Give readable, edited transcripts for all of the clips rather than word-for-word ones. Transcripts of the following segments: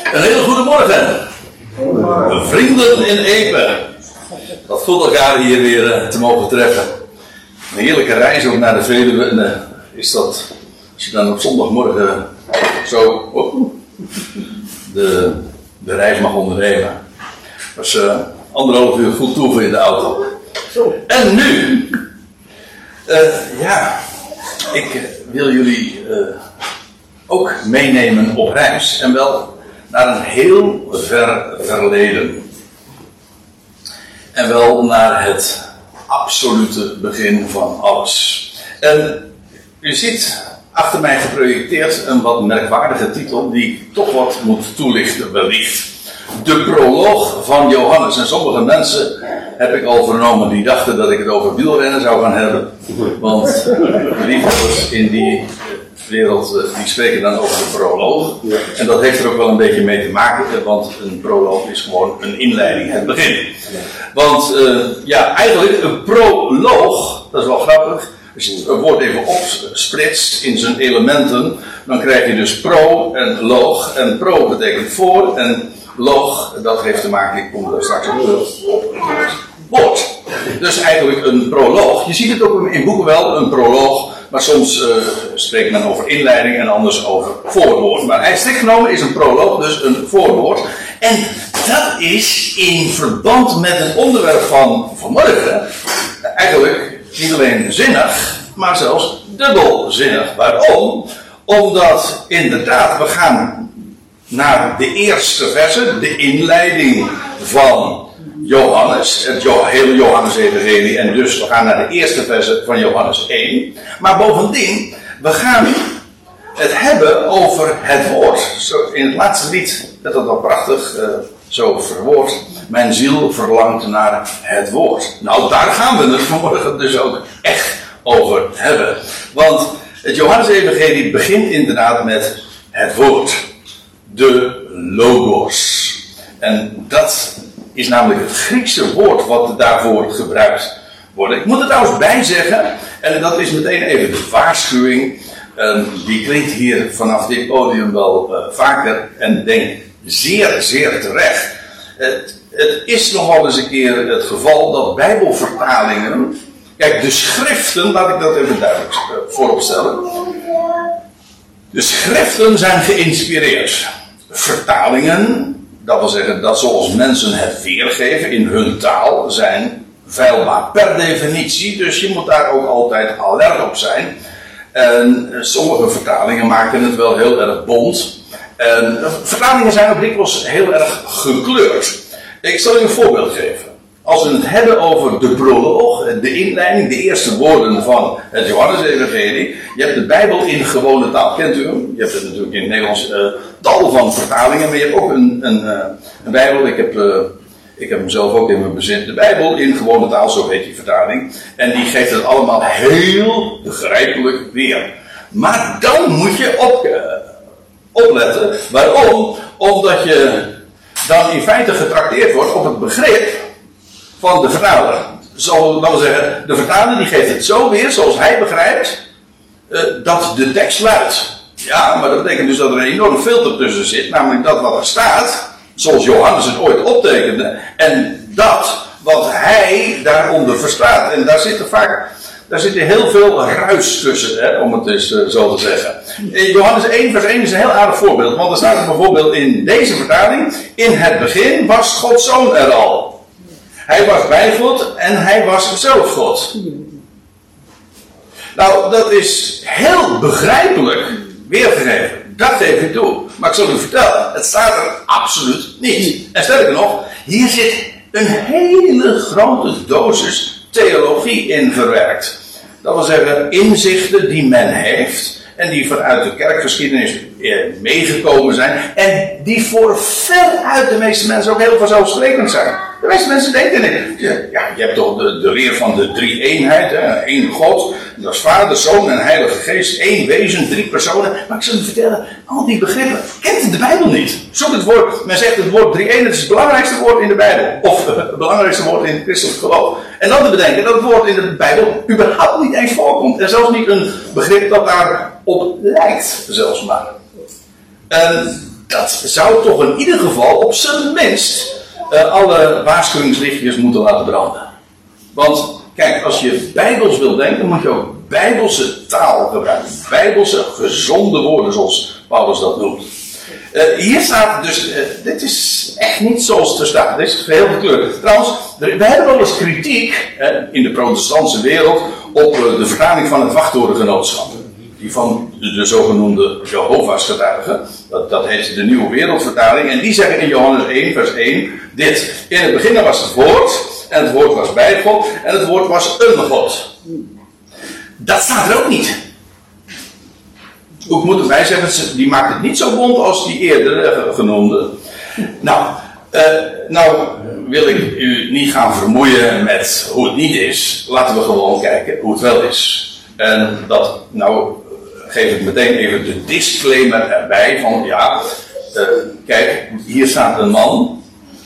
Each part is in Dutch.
Een hele goede morgen. Vrienden in Epe. Wat goed elkaar hier weer te mogen treffen. Een heerlijke reis ook naar de Veluwe. Is dat, als je dan op zondagmorgen zo de reis mag ondernemen. Dat was 1,5 uur goed toeven in de auto. En nu, ik wil jullie ook meenemen op reis. En wel naar een heel ver verleden. En wel naar het absolute begin van alles. En u ziet achter mij geprojecteerd een wat merkwaardige titel die ik toch wat moet toelichten wellicht. De proloog van Johannes. En sommige mensen heb ik al vernomen die dachten dat ik het over wielrennen zou gaan hebben. Want de liefhebbers in die wereld die spreken dan over de proloog. En dat heeft er ook wel een beetje mee te maken, want een proloog is gewoon een inleiding, het begin. Want eigenlijk een proloog, dat is wel grappig. Als je het woord even opsplitst in zijn elementen, dan krijg je dus pro en loog. En pro betekent voor en loog, dat heeft te maken, ik kom er straks op het woord. Dus eigenlijk een proloog. Je ziet het ook in boeken wel, een proloog. Maar soms spreekt men over inleiding en anders over voorwoord. Maar strikt genomen is een proloog dus een voorwoord. En dat is in verband met het onderwerp van vanmorgen eigenlijk niet alleen zinnig, maar zelfs dubbelzinnig. Waarom? Omdat inderdaad we gaan naar de eerste verse, de inleiding van Johannes, het hele Johannes-evangelie, en dus we gaan naar de eerste verse van Johannes 1. Maar bovendien, we gaan het hebben over het woord. Zo, in het laatste lied werd dat wel prachtig zo verwoord. Mijn ziel verlangt naar het woord. Nou, daar gaan we het vanmorgen dus ook echt over hebben. Want het Johannes-evangelie begint inderdaad met het woord. De logos. En dat is namelijk het Griekse woord wat daarvoor gebruikt wordt. Ik moet er trouwens bij zeggen, en dat is meteen even de waarschuwing. Die klinkt hier vanaf dit podium wel vaker en denk zeer, zeer terecht. Het is nog wel eens een keer het geval dat Bijbelvertalingen. Kijk, de schriften, laat ik dat even duidelijk voorop stellen. De schriften zijn geïnspireerd. Vertalingen, dat wil zeggen dat zoals mensen het weergeven in hun taal, zijn feilbaar per definitie. Dus je moet daar ook altijd alert op zijn. En sommige vertalingen maken het wel heel erg bont. En vertalingen zijn ook dikwijls heel erg gekleurd. Ik zal u een voorbeeld geven. Als we het hebben over de proloog, de inleiding, de eerste woorden van het Johannes-evangelie. Je hebt de Bijbel in gewone taal. Kent u hem? Je hebt het natuurlijk in het Nederlands tal van vertalingen. Maar je hebt ook een Bijbel. Ik heb hem zelf ook in mijn bezit. De Bijbel in gewone taal, zo heet die vertaling. En die geeft het allemaal heel begrijpelijk weer. Maar dan moet je opletten. Waarom? Omdat je dan in feite getrakteerd wordt op het begrip van de vertaler. Dat wil zeggen, de vertaler die geeft het zo weer, zoals hij begrijpt, dat de tekst luidt. Ja, maar dat betekent dus dat er een enorm filter tussen zit, namelijk dat wat er staat, zoals Johannes het ooit optekende, en dat wat hij daaronder verstaat. En daar zit heel veel ruis tussen, hè, om het eens zo te zeggen. Johannes 1 vers 1 is een heel aardig voorbeeld, want er staat er bijvoorbeeld in deze vertaling: in het begin was Gods Zoon er al. Hij was bij God en hij was zelf God. Nou, dat is heel begrijpelijk weergegeven. Dat geef ik toe. Maar ik zal u vertellen, het staat er absoluut niet. En sterker nog, hier zit een hele grote dosis theologie in verwerkt. Dat wil zeggen, inzichten die men heeft en die vanuit de kerkgeschiedenis meegekomen zijn en die voor veruit de meeste mensen ook heel vanzelfsprekend zijn. De meeste mensen denken niet. Ja, je hebt toch de leer van de drie-eenheid, één God, dat is Vader, Zoon en Heilige Geest, één wezen, 3 personen. Maar ik zal je vertellen, al die begrippen kent de Bijbel niet. Zoek het woord, men zegt het woord drie-eenheid is het belangrijkste woord in de Bijbel. Of het belangrijkste woord in het christelijk geloof. En dan te bedenken dat het woord in de Bijbel überhaupt niet eens voorkomt. En zelfs niet een begrip dat daarop lijkt, zelfs maar. En dat zou toch in ieder geval op zijn minst alle waarschuwingslichtjes moeten laten branden. Want kijk, als je bijbels wil denken, moet je ook bijbelse taal gebruiken. Bijbelse gezonde woorden, zoals Paulus dat noemt. Hier staat dus, dit is echt niet zoals er staat. Dit is heel gekleurd. Trouwens, we hebben wel eens kritiek in de protestantse wereld op de vertaling van het Wachttorengenootschap. Die van de zogenoemde Jehovah's getuigen. Dat heet de Nieuwe Wereldvertaling. En die zeggen in Johannes 1 vers 1 dit. In het begin was het woord. En het woord was bij God. En het woord was een God. Dat staat er ook niet. Ook moeten wij zeggen, die maakt het niet zo bond als die eerder genoemde. Nou wil ik u niet gaan vermoeien met hoe het niet is. Laten we gewoon kijken hoe het wel is. En dat, nou geef ik meteen even de disclaimer erbij van kijk, hier staat een man.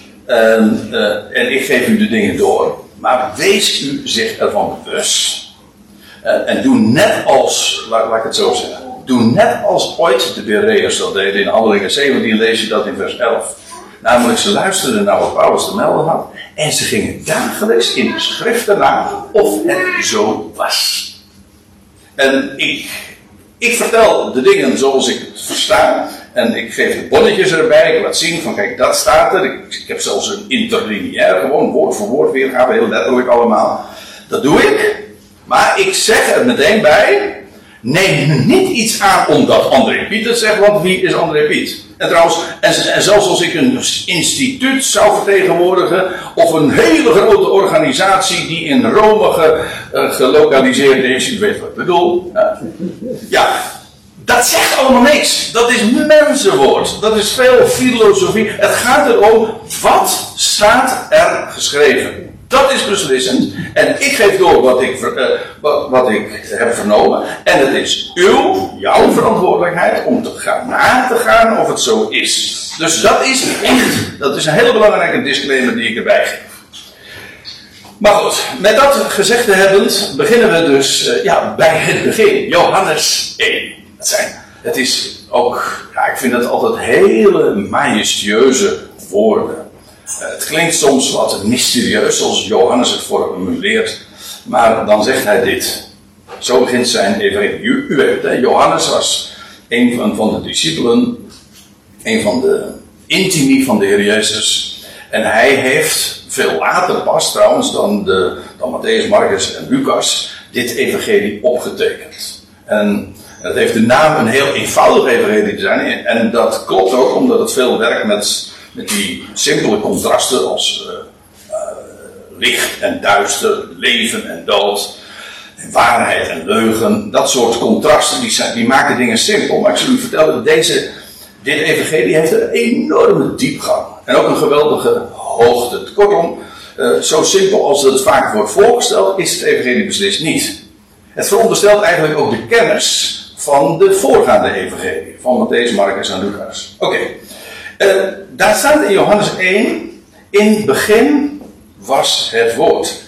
En ik geef u de dingen door. Maar wees u zich ervan bewust. En doe net als, laat ik het zo zeggen. Doe net als ooit de Bereërs dat deden. In Handelingen 17 lees je dat in vers 11. Namelijk, ze luisterden naar wat Paulus te melden had. En ze gingen dagelijks in de schriften na of het zo was. En ik vertel de dingen zoals ik het versta. En ik geef de bonnetjes erbij. Ik laat zien van kijk, dat staat er. Ik heb zelfs een interlineair, gewoon woord voor woord weergave. Heel letterlijk allemaal. Dat doe ik. Maar ik zeg er meteen bij. Neem niet iets aan omdat André Piet het zegt. Want wie is André Piet? En trouwens, en zelfs als ik een instituut zou vertegenwoordigen. Of een hele grote organisatie die in Rome gelokaliseerd is. Je weet wat ik bedoel. Ja, dat zegt allemaal niks. Dat is mensenwoord. Dat is veel filosofie. Het gaat erom, wat staat er geschreven? Dat is beslissend. En ik geef door wat ik heb vernomen. En het is jouw verantwoordelijkheid om na te gaan of het zo is. Dus dat is echt, dat is een hele belangrijke disclaimer die ik erbij geef. Maar goed, met dat gezegd te hebben, beginnen we dus bij het begin. Johannes 1. Het is ook, ik vind het altijd hele majestueuze woorden. Het klinkt soms wat mysterieus, zoals Johannes het formuleert. Maar dan zegt hij dit. Zo begint zijn evangelie. U weet, Johannes was een van de discipelen. Een van de intimi van de Heer Jezus. En hij heeft, veel later pas trouwens dan Mattheüs, Marcus en Lucas, dit evangelie opgetekend. En het heeft de naam een heel eenvoudig evangelie te zijn. En dat klopt ook, omdat het veel werkt met die simpele contrasten als licht en duister, leven en dood, waarheid en leugen. Dat soort contrasten die maken dingen simpel. Maar ik zal u vertellen, dit evangelie heeft een enorme diepgang. En ook een geweldige hoogte. Kortom, zo simpel als het vaak wordt voorgesteld, is het evangelie beslist niet. Het veronderstelt eigenlijk ook de kennis van de voorgaande evangelie. Van Mattheüs, Marcus en Lucas. Oké. Daar staat in Johannes 1. In het begin was het woord.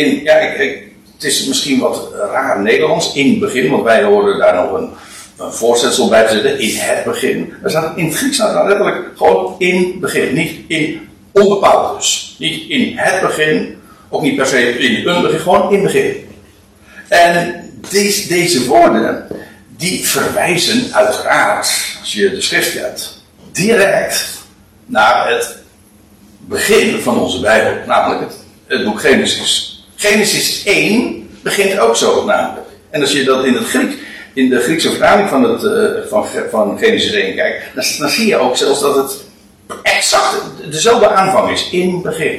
Het is misschien wat raar Nederlands. In het begin. Want wij horen daar nog een voorzetsel bij te zetten. In het begin. In het Grieks staat er letterlijk gewoon in het begin. Niet in onbepaald dus. Niet in het begin. Ook niet per se in een begin. Gewoon in het begin. En deze woorden. Die verwijzen uiteraard. Als je de schrift kent. Direct naar het begin van onze Bijbel. Namelijk het boek Genesis. Genesis 1 begint ook zo namelijk. En als je dat in de Griekse vertaling van Genesis 1 kijkt. Dan zie je ook zelfs dat het exact dezelfde aanvang is. In het begin.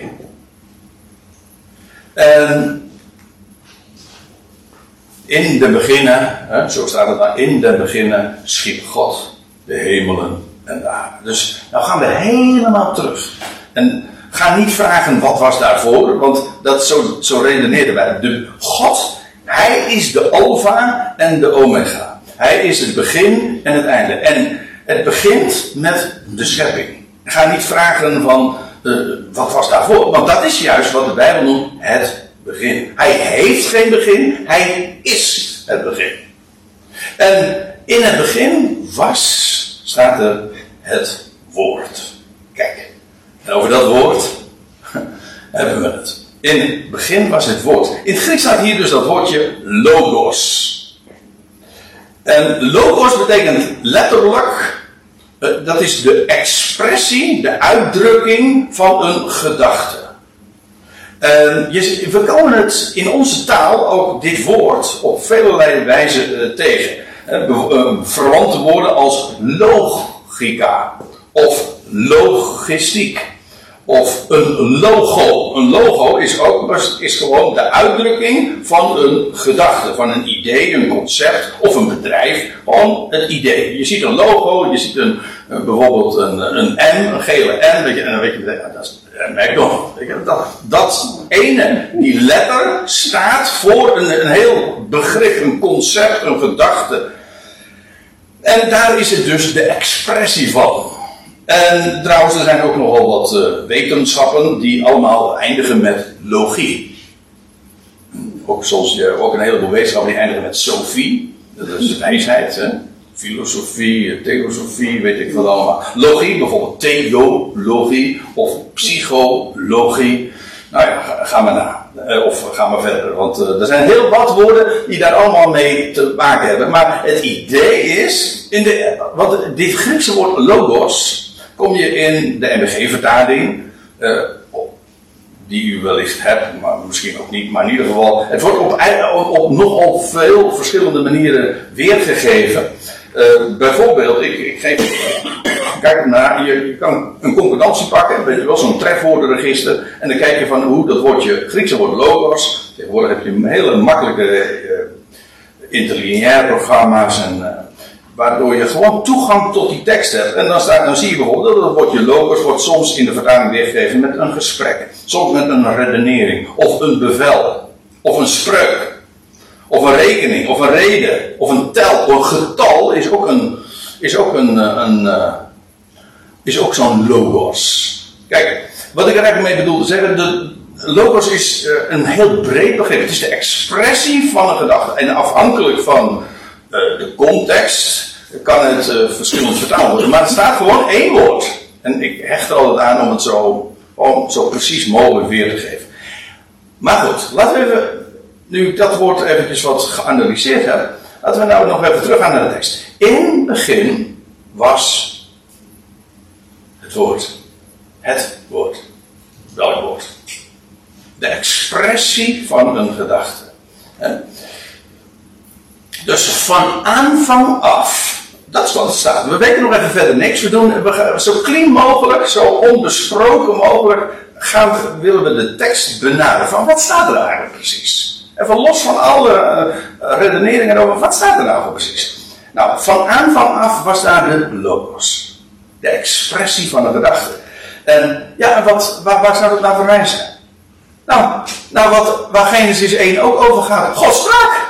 In de beginnen, zo staat het dan. In de beginnen schiep God de hemelen en de aarde. Dus nou gaan we helemaal terug. En ga niet vragen wat was daarvoor, want dat zo redeneerden wij. De God, hij is de alfa en de omega. Hij is het begin en het einde. En het begint met de schepping. Ga niet vragen van wat was daarvoor, want dat is juist wat de Bijbel noemt het begin. Hij heeft geen begin, hij is het begin. En in het begin staat er het woord. Kijk, en over dat woord hebben we het. In het begin was het woord. In het Grieks staat hier dus dat woordje logos. En logos betekent letterlijk, dat is de expressie, de uitdrukking van een gedachte. We komen het in onze taal ook dit woord op vele wijzen tegen. Verwante woorden als logica of logistiek of een logo. Een logo is gewoon de uitdrukking van een gedachte, van een idee, een concept of een bedrijf. Gewoon het idee. Je ziet een logo, je ziet bijvoorbeeld een M, een gele M, en dan weet je, dat is McDonald's. Dat ene, die letter, staat voor een heel begrip, een concept, een gedachte. En daar is het dus de expressie van. En trouwens, er zijn ook nogal wat wetenschappen die allemaal eindigen met logie. Ook een heleboel wetenschappen die eindigen met sophie. Dat is wijsheid, hè? Filosofie, theosofie, weet ik wat allemaal. Logie, bijvoorbeeld theologie of psychologie. Nou ja, ga maar na. Of ga maar verder. Want er zijn heel wat woorden die daar allemaal mee te maken hebben. Maar het idee is, dit Griekse woord logos, kom je in de NBG-vertaling, die u wellicht hebt, maar misschien ook niet. Maar in ieder geval, het wordt op nogal veel verschillende manieren weergegeven. Bijvoorbeeld, kijk naar, je kan een concordantie pakken, weet je wel, zo'n trefwoordenregister, en dan kijk je van hoe dat woordje, Griekse woord logos, tegenwoordig heb je hele makkelijke interlineaire programma's, waardoor je gewoon toegang tot die tekst hebt. En dan zie je bijvoorbeeld dat het woordje logos wordt soms in de vertaling weergegeven met een gesprek, soms met een redenering, of een bevel, of een spreuk. Of een rekening, of een reden, of een tel, een getal is ook zo'n logos. Kijk, wat ik er eigenlijk mee bedoel te zeggen, de logos is een heel breed begrip. Het is de expressie van een gedachte. En afhankelijk van de context kan het verschillend vertaald worden. Maar het staat gewoon één woord. En ik hecht er altijd aan om het zo precies mogelijk weer te geven. Maar goed, laten we even, nu ik dat woord eventjes wat geanalyseerd heb, laten we nou nog even teruggaan naar de tekst. In het begin was het woord. Het woord. Welk woord? De expressie van een gedachte. Dus van aanvang af, dat is wat er staat. We weten nog even verder niks. We gaan zo clean mogelijk, zo onbesproken mogelijk, willen we de tekst benaderen. Van wat staat er eigenlijk precies? Even los van alle redeneringen over, wat staat er nou precies? Nou, van aanvang af was daar de logos. De expressie van een gedachte. En ja, waar zou dat nou verwijzen? Nou, waar Genesis 1 ook over gaat. God sprak.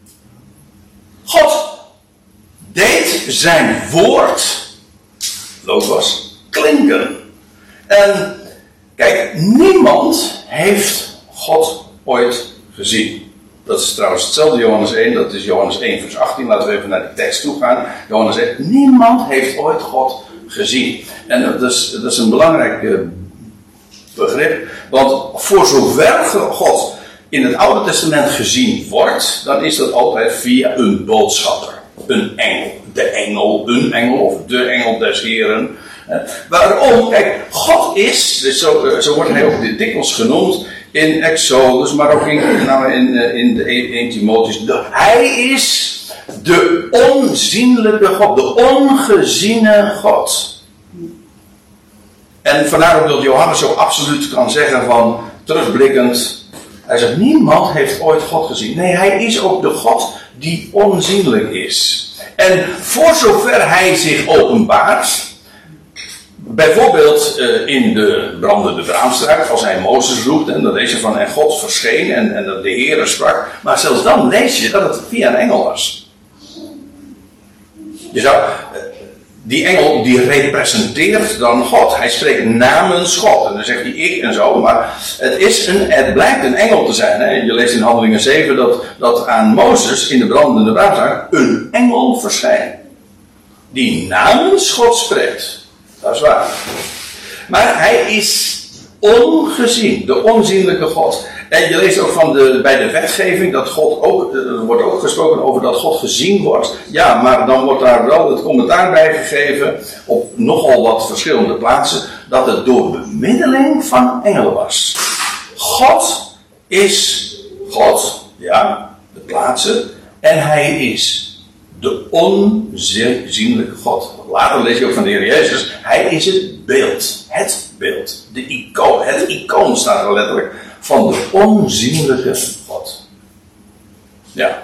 God deed zijn woord, logos, klinken. En kijk, niemand heeft God ooit gezien. Dat is trouwens hetzelfde Johannes 1, dat is Johannes 1 vers 18. Laten we even naar die tekst toe gaan. Johannes 1, niemand heeft ooit God gezien. En dat is een belangrijk begrip. Want voor zover God in het Oude Testament gezien wordt, dan is dat altijd via een boodschapper. Een engel. Een engel of de engel des Heren. Waarom? Kijk, God is, dus zo wordt hij ook dikwijls genoemd in Exodus, maar ook in de 1 Timotheus. Hij is de onzienlijke God, de ongeziene God. En vandaar ook dat Johannes zo absoluut kan zeggen van, terugblikkend, hij zegt, niemand heeft ooit God gezien. Nee, hij is ook de God die onzienlijk is. En voor zover hij zich openbaart, bijvoorbeeld in de brandende braamstruik, als hij Mozes roept, en dan lees je van, en God verscheen en dat de Heere sprak. Maar zelfs dan lees je dat het via een engel was. Die engel die representeert dan God. Hij spreekt namens God. En dan zegt hij ik en zo. Maar het blijkt een engel te zijn. Hè? Je leest in Handelingen 7 dat aan Mozes in de brandende braamstruik een engel verschijnt. Die namens God spreekt. Dat is waar. Maar hij is ongezien, de onzienlijke God. En je leest ook bij de wetgeving dat God ook, er wordt ook gesproken over dat God gezien wordt. Ja, maar dan wordt daar wel het commentaar bij gegeven, op nogal wat verschillende plaatsen, dat het door bemiddeling van engelen was. God is God, ja, de plaatsen, en hij is de onzienlijke God. Later lees je ook van de Heer Jezus, hij is het beeld, de icoon, het icoon staat er letterlijk, van de onzienlijke God. Ja.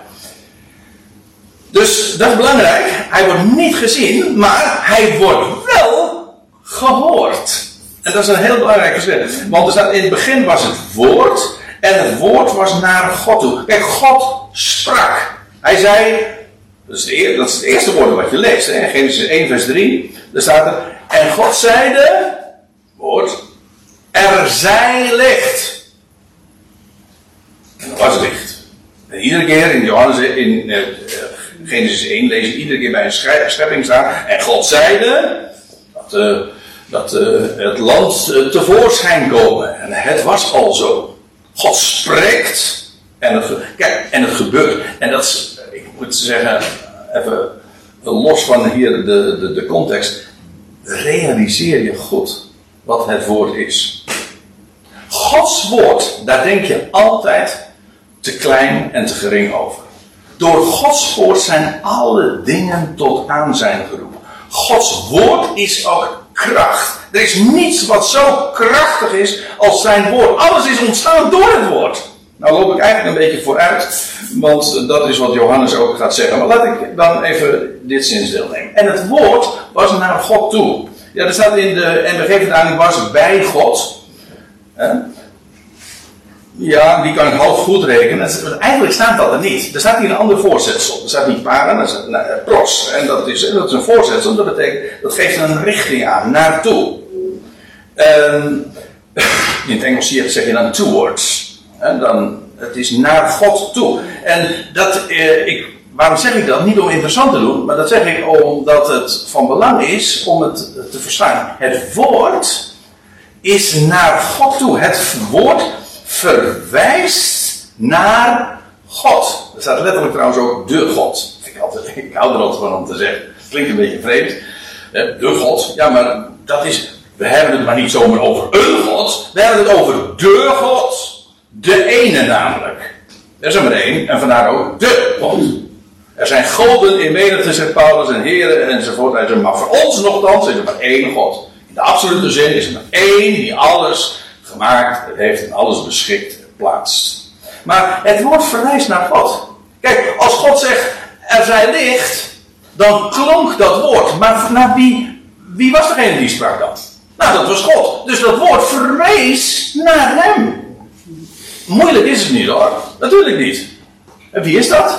Dus dat is belangrijk. Hij wordt niet gezien, maar hij wordt wel gehoord. En dat is een heel belangrijk verschil. Want er staat, in het begin was het woord, en het woord was naar God toe. Kijk, God sprak. Hij zei, dat is het eerste woord wat je leest, hè? Genesis 1 vers 3. Daar staat er, en God zeide, woord, er zij licht. En er was licht. En iedere keer in Genesis 1 lees je iedere keer bij een schepping staan. En God zeide dat het land tevoorschijn komen. En het was al zo. God spreekt en het gebeurt. En dat is, ik moet zeggen, even los van hier de context. Realiseer je goed wat het woord is. Gods woord, daar denk je altijd te klein en te gering over. Door Gods woord zijn alle dingen tot aanzijn geroepen. Gods woord is ook kracht. Er is niets wat zo krachtig is als zijn woord. Alles is ontstaan door het woord. Nou loop ik eigenlijk een beetje vooruit, want dat is wat Johannes ook gaat zeggen. Maar laat ik dan even dit zinsdeel nemen. En het woord was naar God toe. Ja, er staat in de NBG-vertaling was bij God. Ja, die kan ik half goed rekenen. Eigenlijk staat dat er niet. Er staat hier een ander voorzetsel. Er staat niet para, er staat pros. En dat is een voorzetsel. Dat betekent, dat geeft een richting aan, naartoe. In het Engels zeg je dan towards. Het is naar God toe. En waarom zeg ik dat? Niet om interessant te doen, maar dat zeg ik omdat het van belang is om het te verstaan. Het woord is naar God toe. Het woord verwijst naar God. Er staat letterlijk trouwens ook de God. Ik hou er altijd van om te zeggen. Klinkt een beetje vreemd. De God. Ja, maar dat is. We hebben het maar niet zomaar over een God. We hebben het over de God. De ene namelijk. Er is er maar één. En vandaar ook de God. Er zijn goden in menigte, zegt Paulus, en heren enzovoort. Maar voor ons nogthans is er maar één God. In de absolute zin is er maar één die alles gemaakt heeft en alles beschikt en plaatst. Maar het woord verwijst naar God. Kijk, als God zegt, er zij licht, dan klonk dat woord. Maar naar wie was degene die sprak dan? Nou, dat was God. Dus dat woord verwees naar hem. Moeilijk is het niet hoor. Natuurlijk niet. En wie is dat?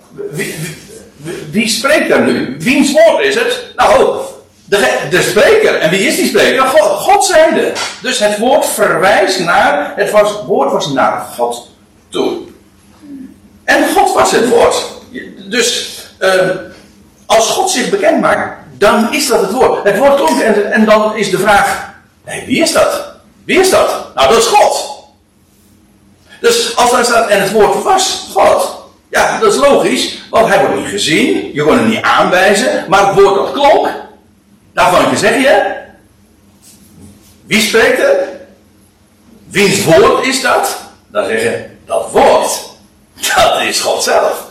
Wie spreekt daar nu? Wiens woord is het? Nou, de spreker. En wie is die spreker? God zeide. Dus het woord verwijst naar, woord was naar God toe. En God was het woord. Dus als God zich bekend maakt, dan is dat het woord. Het woord klonk en dan is de vraag, wie is dat? Wie is dat? Nou, dat is God. Dus als daar staat, en het woord was God. Ja, dat is logisch, want hij wordt niet gezien. Je kon hem niet aanwijzen. Maar het woord dat klonk, daarvan zeg je, wie spreekt er? Wiens woord is dat? Dan zeg je, dat woord, dat is God zelf.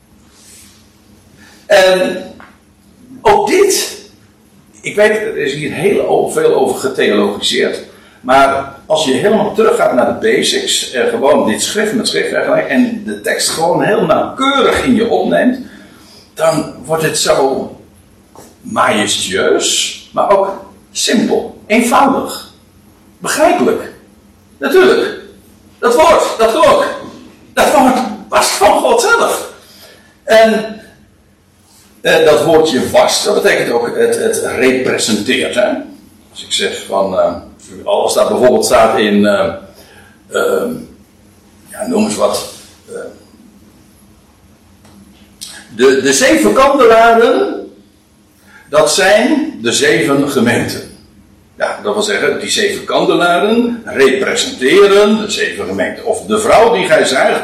En ook dit, ik weet, er is hier heel veel over getheologiseerd. Maar als je helemaal teruggaat naar de basics, gewoon dit schrift met schrift en de tekst gewoon heel nauwkeurig in je opneemt, dan wordt het zo majestueus, maar ook simpel, eenvoudig, begrijpelijk. Natuurlijk, dat woord was van God zelf. En dat woordje was, dat betekent ook het representeert. Hè? Als ik zeg van, als dat bijvoorbeeld staat in, noem eens wat, de 7 kandelaren, dat zijn de 7 gemeenten. Ja, dat wil zeggen, die 7 kandelaren representeren de 7 gemeenten. Of de vrouw die gij zaagt,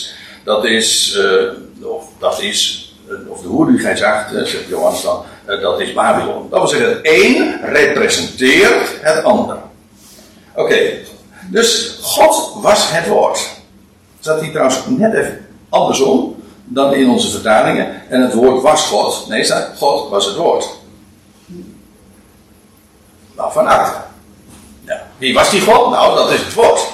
of de hoer die gij zaagt, zegt Johannes dan, dat is Babylon. Dat wil zeggen, het een representeert het ander. Oké, dus God was het woord. Staat hier trouwens net even andersom dan in onze vertalingen. En het woord was God. Nee, staat God was het woord. Nou, van achter. Ja. Wie was die God? Nou, dat is het woord.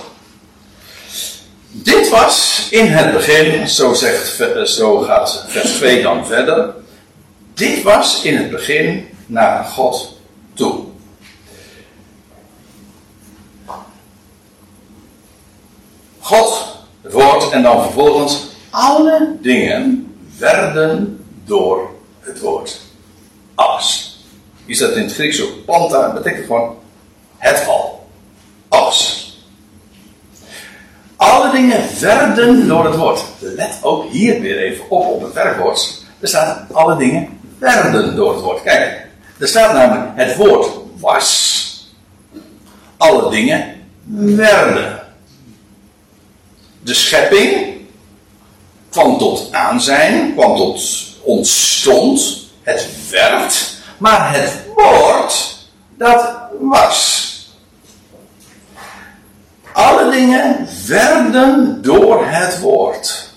Dit was in het begin, zo gaat vers 2 dan verder. Dit was in het begin naar God toe. God, het woord, en dan vervolgens alle dingen werden door het woord. Alles. Hier staat in het Grieks ook panta, betekent gewoon het al. Alles. Alle dingen werden door het woord. Let ook hier weer even op het werkwoord. Er staat alle dingen werden door het woord. Kijk, er staat namelijk het woord was. Alle dingen werden. De schepping kwam tot aanzijn, kwam tot ontstond. Het werd. Maar het woord, dat was. Alle dingen werden door het woord.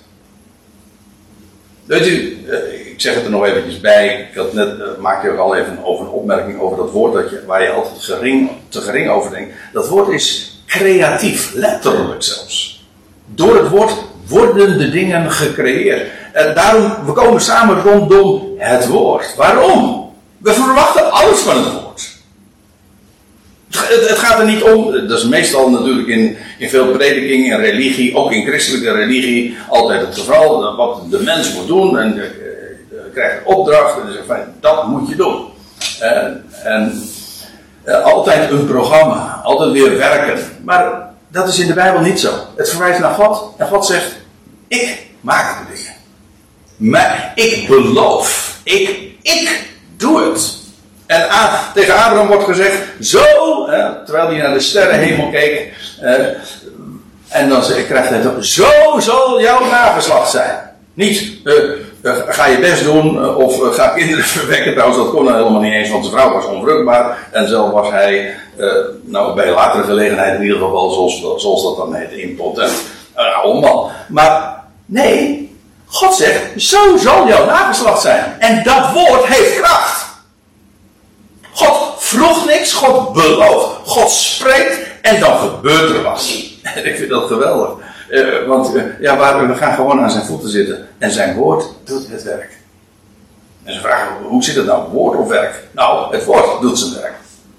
Weet u, ik zeg het er nog eventjes bij. Ik had net, maakte ook al even over een opmerking over dat woord waar je altijd te gering over denkt. Dat woord is creatief, letterlijk zelfs. Door het woord worden de dingen gecreëerd. Daarom, we komen samen rondom het woord. Waarom? We verwachten alles van het woord. Het gaat er niet om, dat is meestal natuurlijk in veel prediking en religie, ook in christelijke religie, altijd het geval, wat de mens moet doen en krijgt een opdracht en zegt van, dat moet je doen. Altijd een programma, altijd weer werken. Maar dat is in de Bijbel niet zo. Het verwijst naar God en God zegt, ik maak de dingen. Maar ik beloof, ik doe het. En tegen Abraham wordt gezegd, terwijl hij naar de sterrenhemel keek, en dan krijgt hij het, zo zal jouw nageslacht zijn. Niet, ga je best doen, of ga kinderen verwekken. Trouwens, dat kon hij helemaal niet eens, want zijn vrouw was onvruchtbaar. En zelf was hij, bij een latere gelegenheid in ieder geval, zoals dat dan heet, impotent. Een oude man. Maar, nee, God zegt, zo zal jouw nageslacht zijn. En dat woord heeft kracht. God vroeg niks, God belooft. God spreekt en dan gebeurt er wat. Ik vind dat geweldig. Want we gaan gewoon aan zijn voeten zitten. En zijn woord doet het werk. En ze vragen, hoe zit het nou? Woord of werk? Nou, het woord doet zijn werk.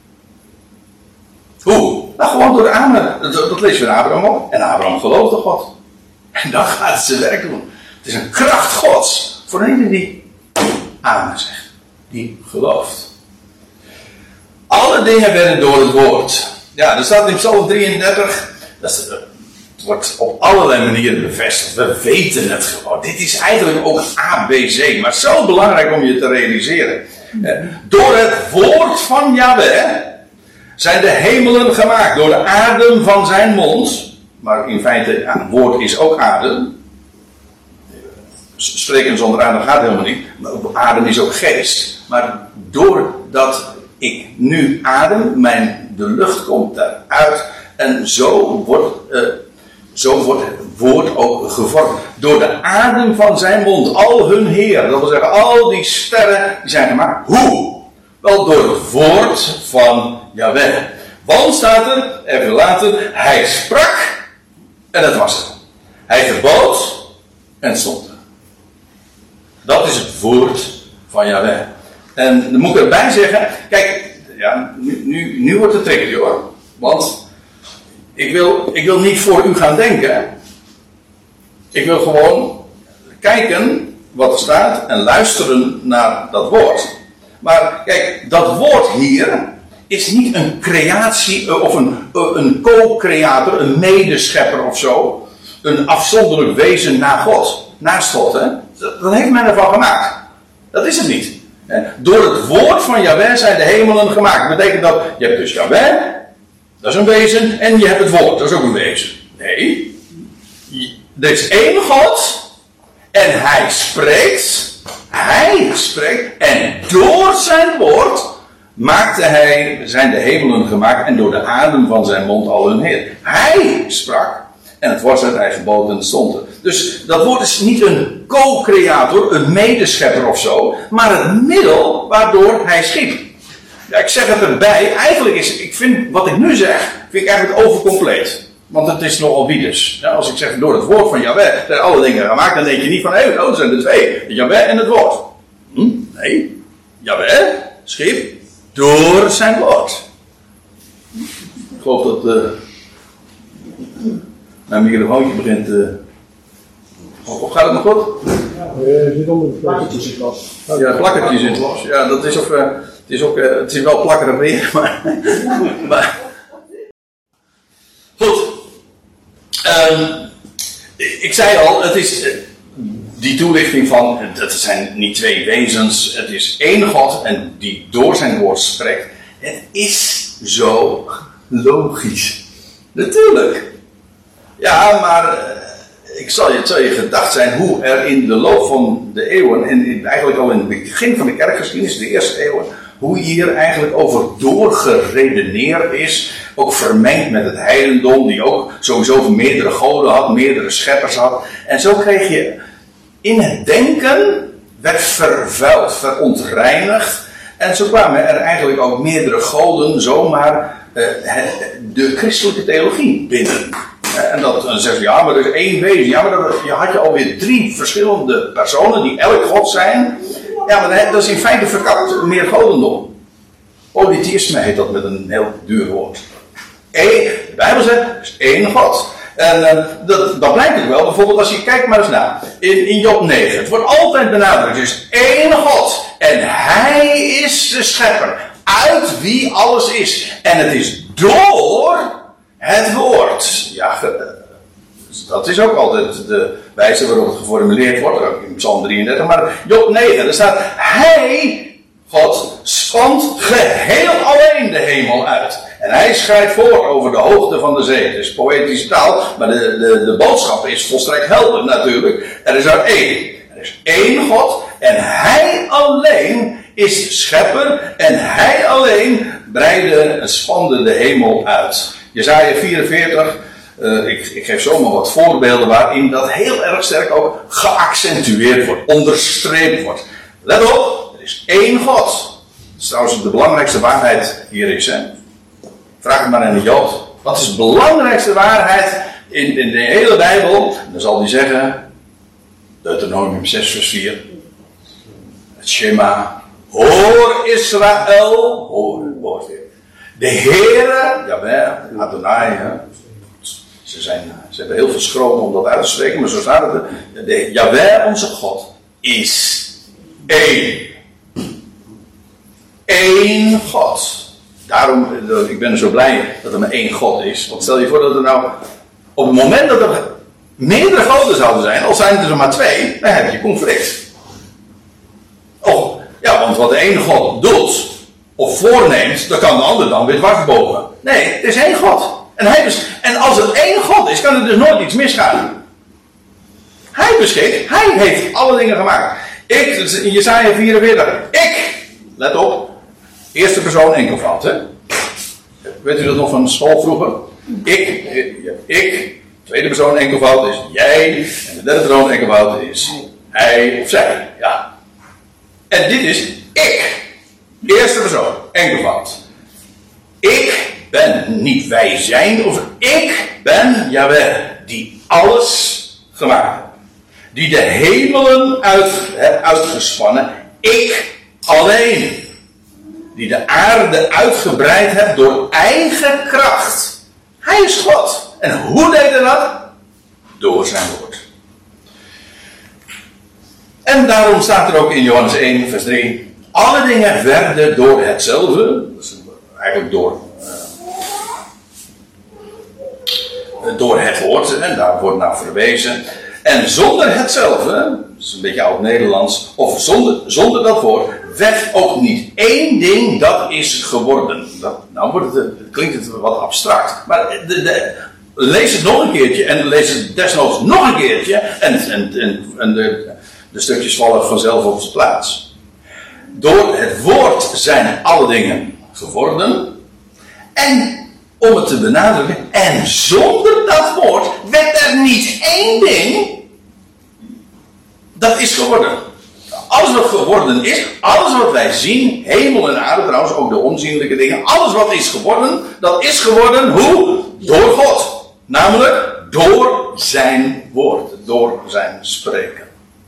Hoe? Nou, gewoon door Amen. Dat lezen we in Abraham op. En Abraham geloofde God. En dan gaat het zijn werk doen. Het is een kracht Gods. Voor iedereen die Amen zegt. Die gelooft. Alle dingen werden door het woord. Ja, er staat in Psalm 33. Het wordt op allerlei manieren bevestigd. We weten het gewoon. Dit is eigenlijk ook ABC. Maar zo belangrijk om je te realiseren. Door het woord van Yahweh zijn de hemelen gemaakt. Door de adem van zijn mond. Maar in feite, woord is ook adem. Spreken zonder adem gaat helemaal niet. Maar adem is ook geest. Maar doordat ik nu adem, de lucht komt eruit. En zo wordt het woord ook gevormd. Door de adem van zijn mond, al hun Heer. Dat wil zeggen, al die sterren die zijn gemaakt. Hoe? Wel door het woord van Yahweh. Want staat er, even later, hij sprak en het was er. Hij gebood en het stond er. Dat is het woord van Yahweh. En dan moet ik erbij zeggen, kijk, ja, nu wordt het tricky hoor. Want ik wil niet voor u gaan denken. Ik wil gewoon kijken wat er staat en luisteren naar dat woord. Maar kijk, dat woord hier is niet een creatie of een co-creator, een medeschepper of zo. Een afzonderlijk wezen naast God. Hè? Dat heeft men ervan gemaakt. Dat is het niet. Door het woord van Jahweh zijn de hemelen gemaakt. Dat betekent dat je hebt dus Jahweh, dat is een wezen, en je hebt het woord, dat is ook een wezen. Nee, er is één God en hij spreekt en door zijn woord zijn de hemelen gemaakt en door de adem van zijn mond al hun Heer. Hij sprak en het woord werd hij geboden en het stond er. Dus dat woord is niet een co-creator, een medeschepper of zo, maar het middel waardoor hij schiep. Ja, ik zeg het erbij, eigenlijk ik vind wat ik nu zeg, vind ik eigenlijk overcompleet. Want het is nogal wiedes. Ja, als ik zeg door het woord van Jahweh zijn alle dingen gemaakt, dan denk je niet van, er zijn er twee. Jahweh en het woord. Nee, Jahweh schiep door zijn woord. Ik geloof dat mijn microfoontje begint. Of gaat het nog goed? Ja, je zit onder de plakkertjes in los. Ja, plakkertjes in los. Ja, dat is ook, het is wel plakkerig weer, maar goed. Ik zei al, het is die toelichting van, het zijn niet twee wezens, het is één God en die door zijn woord spreekt. Het is zo logisch. Natuurlijk. Ja, maar het zal je gedacht zijn hoe er in de loop van de eeuwen, en eigenlijk al in het begin van de kerkgeschiedenis, de eerste eeuwen, hoe hier eigenlijk over doorgeredeneerd is, ook vermengd met het heidendom, die ook sowieso meerdere goden had, meerdere scheppers had. En zo kreeg je in het denken, werd vervuild, verontreinigd. En zo kwamen er eigenlijk ook meerdere goden zomaar de christelijke theologie binnen. En dan zeggen ze, ja, maar er is één wezen. Ja, maar dan had je alweer 3 verschillende personen die elk god zijn. Ja, maar dat is in feite verkapt meer godendom. Polytheïsme heet dat met een heel duur woord. De Bijbel zegt, er is één God. En dat blijkt ook wel, bijvoorbeeld als je kijkt maar eens naar, in Job 9. Het wordt altijd benadrukt, er is één God. En hij is de schepper, uit wie alles is. En het is door het woord. Ja, dat is ook altijd de wijze waarop het geformuleerd wordt, ook in Psalm 33. Maar Job 9, er staat, hij, God, spant geheel alleen de hemel uit. En hij schrijdt voort over de hoogte van de zee. Het is poëtische taal, maar de boodschap is volstrekt helder natuurlijk. Er is er één. Er is één God en hij alleen is de schepper en hij alleen breidde en spande de hemel uit. Jesaja 44, ik geef zomaar wat voorbeelden waarin dat heel erg sterk ook geaccentueerd wordt, onderstreept wordt. Let op, er is één God. Dat is trouwens de belangrijkste waarheid hier is, hè. Vraag het maar aan de Jood. Wat is de belangrijkste waarheid in de hele Bijbel? Dan zal hij zeggen, Deuteronomium 6 vers 4. Het Shema. Hoor Israël. Hoor weer. De Heere, Jahweh, Adonai. Ze hebben heel veel schroom om dat uit te spreken, maar zo staat het. De Jahweh, onze God, is één. Eén God. Daarom, ik ben zo blij dat er maar één God is. Want stel je voor dat er nou, op het moment dat er meerdere goden zouden zijn, al zijn er maar 2, dan heb je conflict. Oh, ja, want wat de ene God doet, of voorneemt, dan kan de ander dan weer dwarsbomen. Nee, het is één God. En als het één God is, kan er dus nooit iets misgaan. Hij beschikt, hij heeft alle dingen gemaakt. In Jesaja 44, let op, eerste persoon enkelvoud, hè? Weet u dat nog van school vroeger? Ik, tweede persoon enkelvoud is jij, en de derde persoon enkelvoud is hij of zij, ja. En dit is ik. Eerste persoon, enkelvoud. Ik ben, niet wij zijn, of ik ben Jahweh, die alles gemaakt heeft. Die de hemelen uitgespannen, ik alleen. Die de aarde uitgebreid heeft door eigen kracht. Hij is God. En hoe deed hij dat? Door zijn woord. En daarom staat er ook in Johannes 1 vers 3. Alle dingen werden door hetzelfde. Dus eigenlijk door het woord. En daar wordt naar verwezen. En zonder hetzelfde, dat is een beetje oud-Nederlands, of zonder dat woord, werd ook niet één ding dat is geworden. Nou klinkt het wat abstract. Maar lees het nog een keertje. En lees het desnoods nog een keertje. En de stukjes vallen vanzelf op zijn plaats. Door het woord zijn alle dingen geworden. En om het te benadrukken. En zonder dat woord werd er niet één ding dat is geworden. Alles wat geworden is, alles wat wij zien, hemel en aarde trouwens, ook de onzienlijke dingen, alles wat is geworden, dat is geworden, hoe? Door God. Namelijk door zijn woord, door zijn spreken.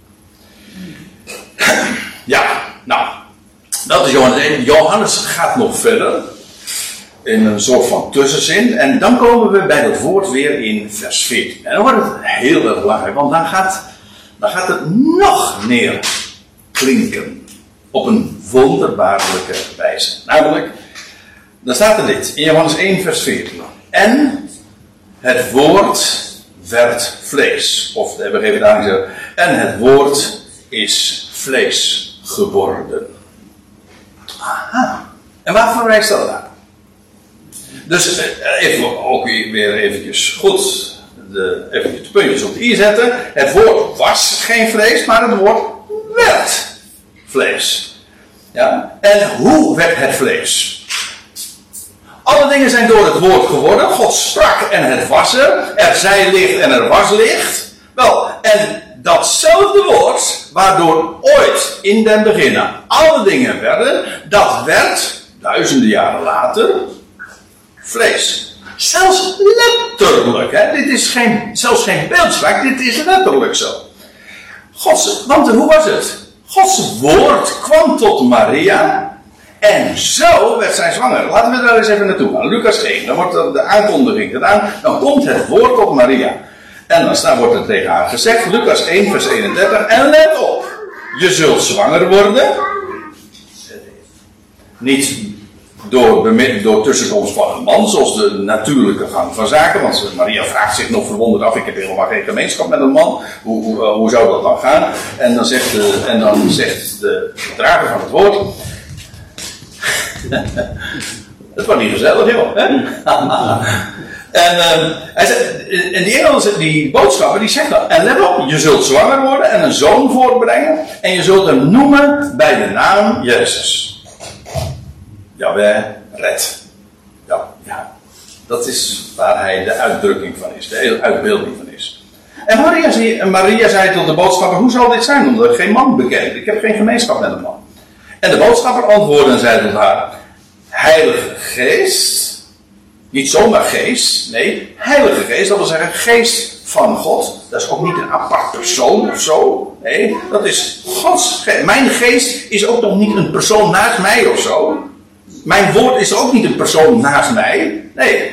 Ja, nou, dat is Johannes 1. Johannes gaat nog verder, in een soort van tussenzin, en dan komen we bij dat woord weer in vers 14. En dan wordt het heel erg belangrijk, want dan gaat het nog meer klinken. Op een wonderbaarlijke wijze. Namelijk, dan staat er dit. In Johannes 1 vers 14. En het woord werd vlees. Of we geven daar gezegd. En het woord is vlees geworden. Aha. En waarvoor wijst dat aan? Dus even ook weer eventjes goed. Even de puntjes op de i zetten. Het woord was geen vlees, maar het woord werd vlees. Ja? En hoe werd het vlees? Alle dingen zijn door het woord geworden. God sprak en het was er. Er zij licht en er was licht. Wel, en datzelfde woord, waardoor ooit in den beginnen alle dingen werden, dat werd, duizenden jaren later, vlees. Zelfs letterlijk, hè? Dit is zelfs geen beeldspraak, dit is letterlijk zo. Want hoe was het? Gods woord kwam tot Maria en zo werd zij zwanger. Laten we daar eens even naartoe gaan. Lucas 1, dan wordt de aankondiging gedaan. Dan komt het woord tot Maria. En dan wordt er tegen haar gezegd, Lucas 1 vers 31, en let op, je zult zwanger worden. Niet door tussenkomst van een man, zoals de natuurlijke gang van zaken. Want Maria vraagt zich nog verwonderd af, ik heb helemaal geen gemeenschap met een man. Hoe zou dat dan gaan? En dan zegt de drager van het woord. Het was niet gezellig, joh. Hè? En die engel, die boodschapper, die zegt dat. En let op, je zult zwanger worden en een zoon voortbrengen. En je zult hem noemen bij de naam Jezus. Jawel, red. Ja, dat is waar hij de uitdrukking van is, de uitbeelding van is. En Maria zei tot de boodschapper, hoe zal dit zijn, omdat ik geen man beken? Ik heb geen gemeenschap met een man. En de boodschapper antwoordde en zei tot haar, Heilige Geest, niet zomaar geest, nee, Heilige Geest, dat wil zeggen geest van God. Dat is ook niet een apart persoon of zo. Nee, dat is Gods geest. Mijn geest is ook nog niet een persoon naast mij of zo. Mijn woord is ook niet een persoon naast mij. Nee.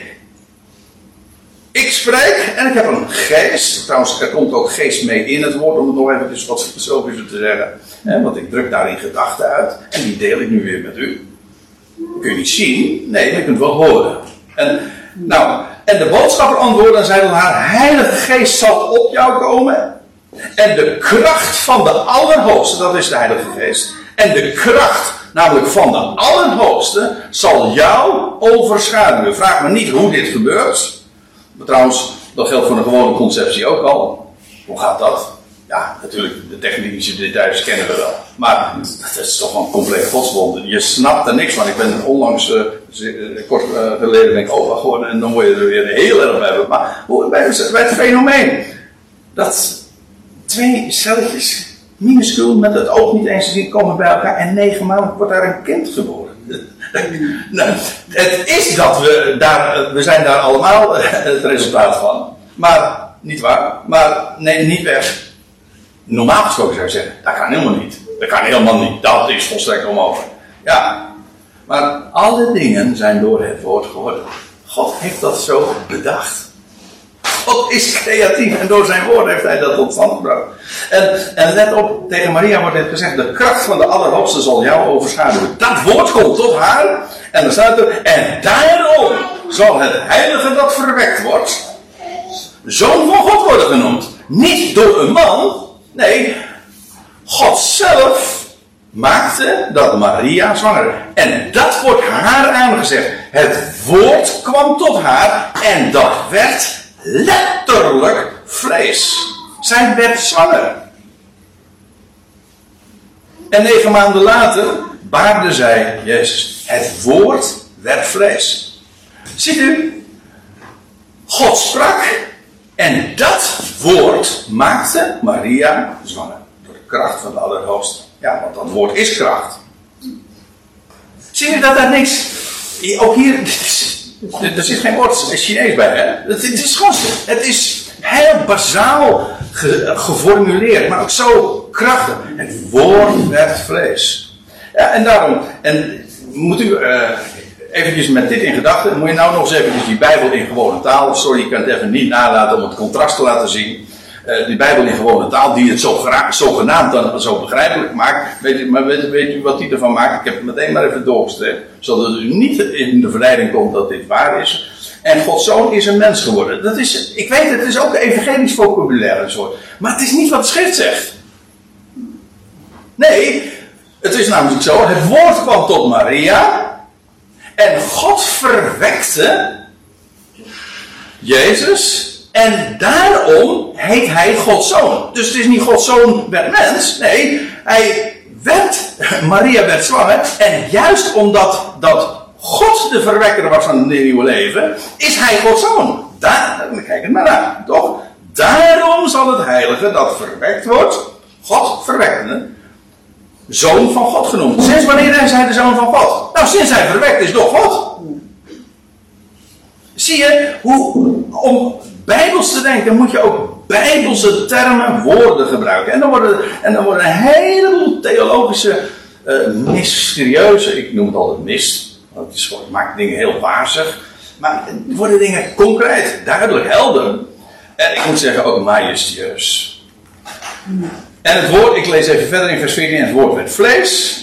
Ik spreek en ik heb een geest. Trouwens, er komt ook geest mee in het woord, om het nog even wat filosofischer te zeggen. Want ik druk daarin gedachten uit. En die deel ik nu weer met u. Dat kun je niet zien. Nee, je kunt het wel horen. En de boodschapper antwoordde en zei tot haar, Heilige Geest zal op jou komen. En de kracht van de Allerhoogste, dat is de Heilige Geest. En de kracht, namelijk van de Allerhoogste, zal jou overschaduwen. Vraag me niet hoe dit gebeurt. Maar trouwens, dat geldt voor een gewone conceptie ook al. Hoe gaat dat? Ja, natuurlijk, de technische details kennen we wel. Maar dat is toch een compleet godswonder. Je snapt er niks van. Ik ben onlangs, kort geleden, denk ik, geworden. En dan word je er weer heel erg bij. Maar bij het fenomeen. Dat 2 celletjes, minuscuul, met het oog niet eens te zien, komen bij elkaar. En 9 maanden wordt daar een kind geboren. Nou, het is dat we zijn daar allemaal het resultaat van. Maar, niet waar. Maar, nee, niet weg. Normaal gesproken zou je zeggen, dat kan helemaal niet. Dat kan helemaal niet. Dat is volstrekt onmogelijk. Ja. Maar alle dingen zijn door het woord geworden. God heeft dat zo bedacht. God is creatief en door zijn woord heeft hij dat tot stand gebracht. En let op, tegen Maria wordt dit gezegd, de kracht van de Allerhoogste zal jou overschaduwen. Dat woord komt tot haar. En dan staat er, en daarom zal het heilige dat verwekt wordt, zoon van God worden genoemd. Niet door een man, nee, God zelf maakte dat Maria zwanger. En dat wordt haar aangezegd. Het woord kwam tot haar en dat werd letterlijk vlees. Zij werd zwanger. En 9 maanden later baarde zij Jezus. Het woord werd vlees. Ziet u? God sprak en dat woord maakte Maria zwanger. Door de kracht van de Allerhoogste. Ja, want dat woord is kracht. Zie je dat daar niks... Ook hier... Er zit geen woord Chinees bij, hè? Het is gewoon... Het is heel bazaal geformuleerd. Maar ook zo krachtig. Het woord werd vlees. Ja, en daarom... En moet u... eventjes met dit in gedachten. Moet je nou nog eens eventjes die Bijbel in gewone taal... Sorry, ik kan het even niet nalaten om het contrast te laten zien... die Bijbel in gewone taal, die het zogenaamd dan zo begrijpelijk maakt. Weet u wat die ervan maakt? Ik heb het meteen maar even doorgestreept. Zodat u niet in de verleiding komt dat dit waar is. En Gods Zoon is een mens geworden. Dat is, ik weet het is ook evangelisch vocabulaire soort. Maar het is niet wat de schrift zegt. Nee, het is namelijk zo. Het woord kwam tot Maria. En God verwekte Jezus. En daarom heet hij Gods Zoon. Dus het is niet Gods Zoon werd mens. Nee, Maria werd zwanger. En juist omdat dat God de verwekker was van het nieuwe leven, is hij Gods Zoon. Kijk het maar naar, toch? Daarom zal het heilige dat verwekt wordt, God verwekkende, Zoon van God genoemd. Sinds wanneer is hij de Zoon van God? Nou, sinds hij verwekt is door God. Zie je, om bijbels te denken moet je ook bijbelse termen, woorden gebruiken. En dan worden een heleboel theologische, mysterieuze, ik noem het altijd mist. Want het maakt dingen heel wazig. Maar er worden dingen concreet, duidelijk, helder. En ik moet zeggen ook majestueus. En het woord, ik lees even verder in vers 14. Het woord werd vlees.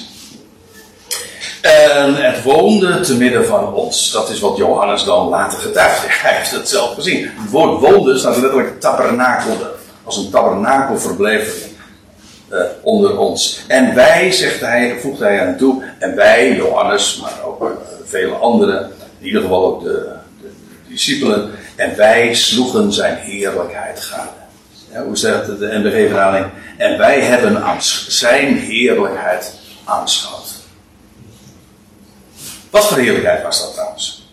En het woonde te midden van ons. Dat is wat Johannes dan later getuigt. Hij heeft het zelf gezien. Het woord woonde staat letterlijk tabernakelde. Als een tabernakel verbleef onder ons. En wij, voegt hij aan toe. En wij, Johannes, maar ook vele anderen. In ieder geval ook de discipelen. En wij sloegen zijn heerlijkheid gade. Ja, hoe zegt het de NBG-vertaling? En wij hebben aan zijn heerlijkheid aanschouwd. Wat voor heerlijkheid was dat trouwens?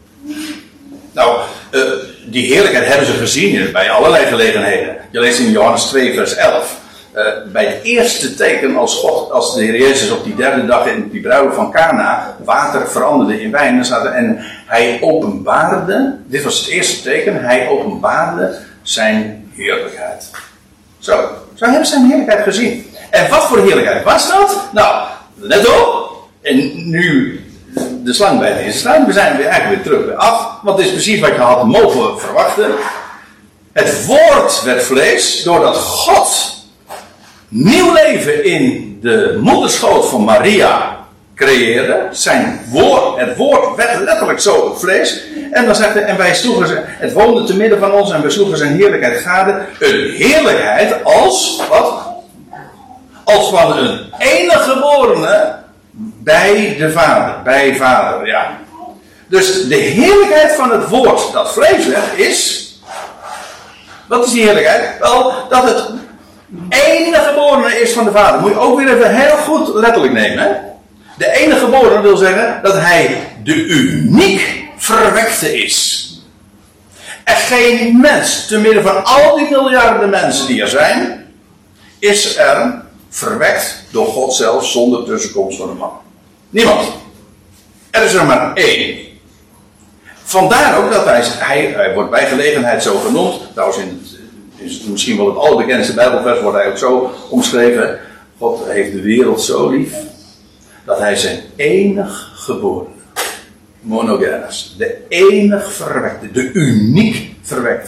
Nou, die heerlijkheid hebben ze gezien bij allerlei gelegenheden. Je leest in Johannes 2 vers 11. Bij het eerste teken als de Heer Jezus op die derde dag in die bruiloft van Kana water veranderde in wijn. En hij openbaarde, dit was het eerste teken, hij openbaarde zijn heerlijkheid. Zo hebben ze zijn heerlijkheid gezien. En wat voor heerlijkheid was dat? Nou, let op. En nu de slang bij het instaan. We zijn weer eigenlijk weer terug bij af. Want dit is precies wat je had mogen verwachten. Het woord werd vlees. Doordat God nieuw leven in de moederschoot van Maria creëerde. Het woord werd letterlijk zo vlees. En dan zegt hij, en wij sloegen ze, het woonde te midden van ons en wij sloegen zijn heerlijkheid gade. Een heerlijkheid als, wat? Als van een enige geborene bij de Vader. Bij Vader, ja. Dus de heerlijkheid van het woord dat vlees werd is... Wat is die heerlijkheid? Wel, dat het enige geborene is van de Vader. Moet je ook weer even heel goed letterlijk nemen. Hè? De enige geborene wil zeggen dat hij de uniek verwekte is. Er geen mens, te midden van al die miljarden mensen die er zijn, is er verwekt door God zelf zonder tussenkomst van een man. Niemand. Er is er maar één. Vandaar ook dat hij wordt bij gelegenheid zo genoemd. Trouwens, is misschien wel het allerbekendste Bijbelvers wordt hij ook zo omschreven. God heeft de wereld zo lief dat hij zijn enig geboren, monogenes, de enig verwekte, de uniek verwekte,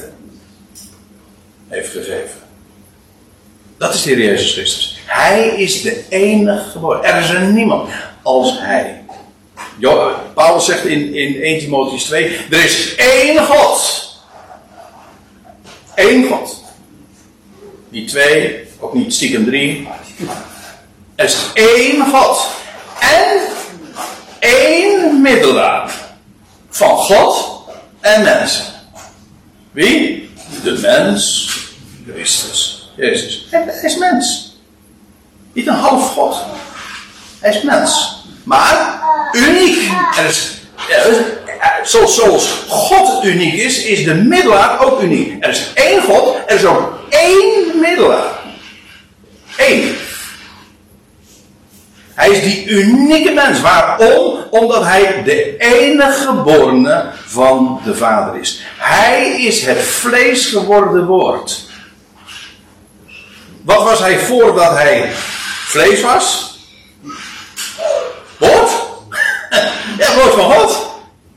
heeft gegeven. Dat is de Heer Jezus Christus. Hij is de enig geboren. Er is er niemand als hij. Paulus zegt in 1 Timotheüs 2, er is één God. Eén God. Niet twee, ook niet stiekem drie. Er is één God. En één middelaar. Van God en mensen. Wie? De mens Christus. Jezus. Hij is mens. Niet een half God. Hij is mens. Maar uniek. Er is, zoals God uniek is de middelaar ook uniek. Er is één God. Er is ook één middelaar. Eén. Hij is die unieke mens. Waarom? Omdat hij de enige geborene van de Vader is. Hij is het vlees geworden woord. Wat was hij voordat hij vlees was? Woord? Ja, woord van God.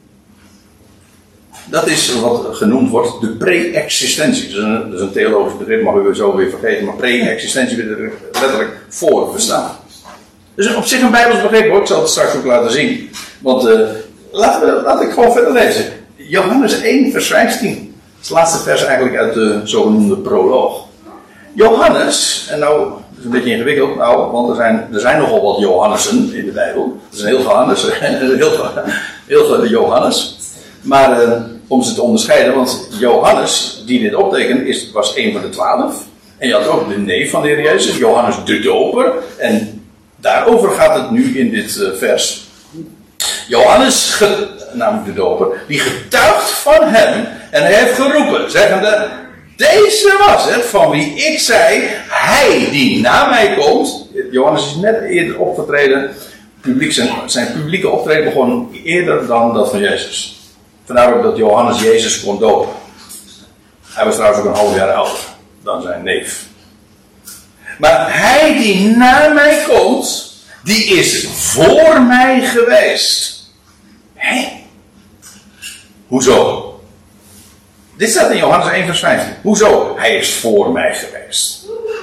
Dat is wat genoemd wordt de pre-existentie. Dat is een theologisch begrip, mag u zo weer vergeten. Maar pre-existentie wil er letterlijk voor bestaan. Dus op zich een Bijbels begrip hoor. Ik zal het straks ook laten zien. Want laat ik gewoon verder lezen. Johannes 1 vers 15. Dat is het laatste vers eigenlijk uit de zogenoemde proloog. Johannes, en nou, dat is een beetje ingewikkeld, want er zijn nogal wat Johannessen in de Bijbel. Er zijn heel veel Johannes, heel veel Johannes. Maar om ze te onderscheiden, want Johannes, die dit optekent, was een van de 12. En je had ook de neef van de Heer Jezus, Johannes de Doper. En daarover gaat het nu in dit vers. Johannes, namelijk de Doper, die getuigt van hem en hij heeft geroepen, zeggende: deze was het van wie ik zei, hij die na mij komt. Johannes is net eerder opgetreden. Zijn publieke optreden begon eerder dan dat van Jezus. Vandaar ook dat Johannes Jezus kon dopen. Hij was trouwens ook een half jaar ouder dan zijn neef. Maar hij die na mij komt, die is voor mij geweest. Hé? Hoezo? Dit staat in Johannes 1 vers 15. Hoezo? Hij is voor mij geweest.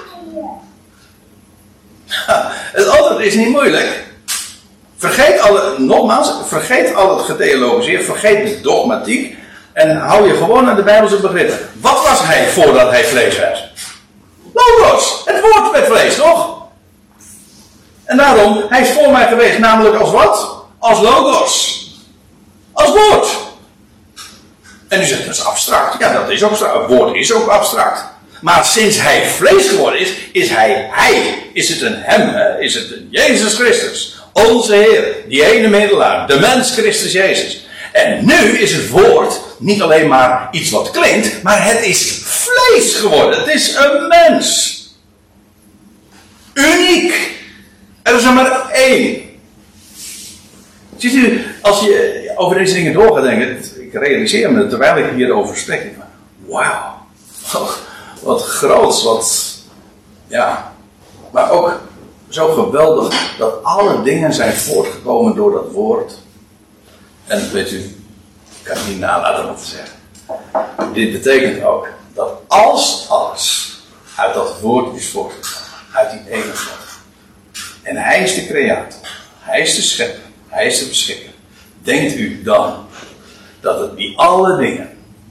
Het antwoord is niet moeilijk. Vergeet al het getheologiseerd, vergeet de dogmatiek en hou je gewoon aan de Bijbelse begrippen. Wat was hij voordat hij vlees werd? Logos, het woord werd vlees, toch? En daarom, hij is voor mij geweest, namelijk als wat? Als logos. Als woord. En u zegt, dat is abstract. Ja, dat is ook abstract. Het woord is ook abstract. Maar sinds hij vlees geworden is hij. Is het een hem? Is het een Jezus Christus? Onze Heer, die ene middelaar, de mens Christus Jezus. En nu is het woord niet alleen maar iets wat klinkt, maar het is vlees geworden. Het is een mens. Uniek. Er is er maar één. Ziet u, als je over deze dingen door gaat denken, ik realiseer me terwijl ik hierover spreek, wauw, wat groots, maar ook zo geweldig dat alle dingen zijn voortgekomen door dat woord. En weet u, ik kan het niet nalaten om te zeggen. Dit betekent ook dat als alles uit dat woord is voortgekomen, uit die ene God. En hij is de creator, hij is de schepper, hij is de beschikker. Denkt u dan dat het die alle dingen,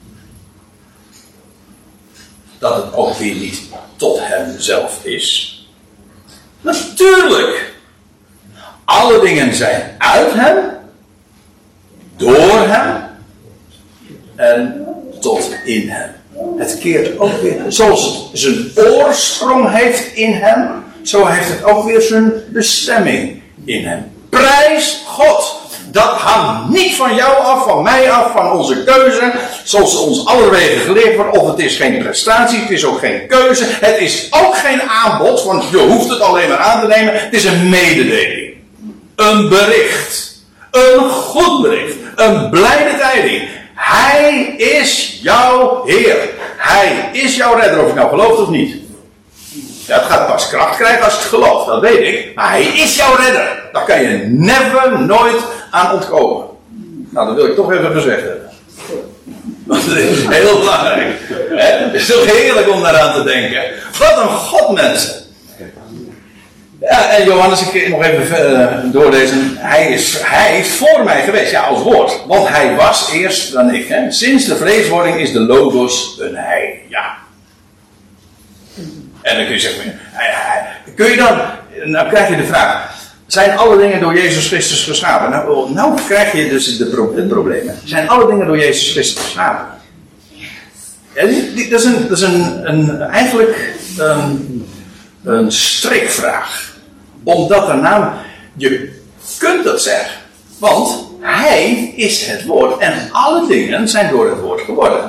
dat het ook weer niet tot hem zelf is? Natuurlijk! Alle dingen zijn uit hem, door hem en tot in hem. Het keert ook weer, zoals het zijn oorsprong heeft in hem, zo heeft het ook weer zijn bestemming in hem. Prijs God! Dat hangt niet van jou af, van mij af, van onze keuze, zoals ons allerwege geleerd wordt. Of het is geen prestatie, het is ook geen keuze. Het is ook geen aanbod, want je hoeft het alleen maar aan te nemen. Het is een mededeling. Een bericht. Een goed bericht. Een blijde tijding. Hij is jouw Heer. Hij is jouw redder, of je nou gelooft of niet. Ja, het gaat pas kracht krijgen als je het gelooft, dat weet ik. Maar hij is jouw redder. Daar kan je nooit aan ontkomen. Nou, dat wil ik toch even gezegd hebben. Want dat is heel belangrijk. Het is toch heerlijk om daaraan te denken. Wat een God, mensen. Ja, en Johannes, ik nog even doorlezen. Hij is voor mij geweest, ja, als woord. Want hij was eerst dan ik. Hè. Sinds de vleeswording is de logos een hij. Ja. En dan kun je zeggen, kun je dan krijg je de vraag, zijn alle dingen door Jezus Christus geschapen? Nou krijg je dus het probleem. Zijn alle dingen door Jezus Christus geschapen? Ja, dat is eigenlijk een strikvraag. Omdat er namelijk, je kunt dat zeggen. Want hij is het woord. En alle dingen zijn door het woord geworden.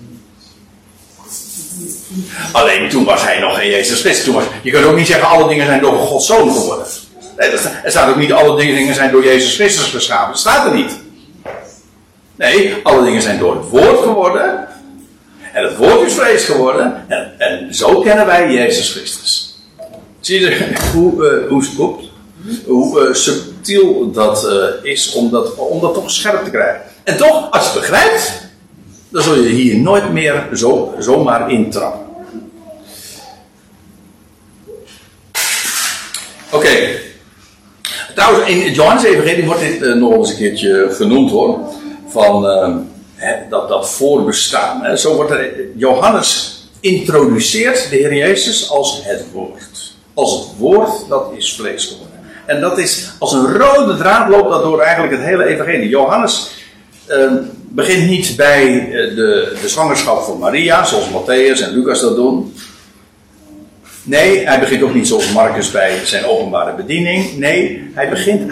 Alleen toen was hij nog geen Jezus Christus. Je kunt ook niet zeggen alle dingen zijn door Gods Zoon geworden. Nee, er staat ook niet alle dingen zijn door Jezus Christus geschapen. Dat staat er niet. Nee, alle dingen zijn door het woord geworden. En het woord is vlees geworden. En zo kennen wij Jezus Christus. Zie je hoe subtiel dat is om dat toch scherp te krijgen. En toch, als je het begrijpt, dan zul je hier nooit meer zomaar intrappen. Oké. Trouwens, in het Johannes-evangelie wordt dit nog eens een keertje genoemd hoor. Van dat voorbestaan. Hè. Zo wordt Johannes introduceert de Heer Jezus als het woord. Als het woord dat is vlees geworden. En dat is als een rode draad loopt dat door eigenlijk het hele evangelie. Johannes begint niet bij de zwangerschap van Maria, zoals Matthäus en Lucas dat doen. Nee, hij begint ook niet zoals Marcus bij zijn openbare bediening. Nee, hij begint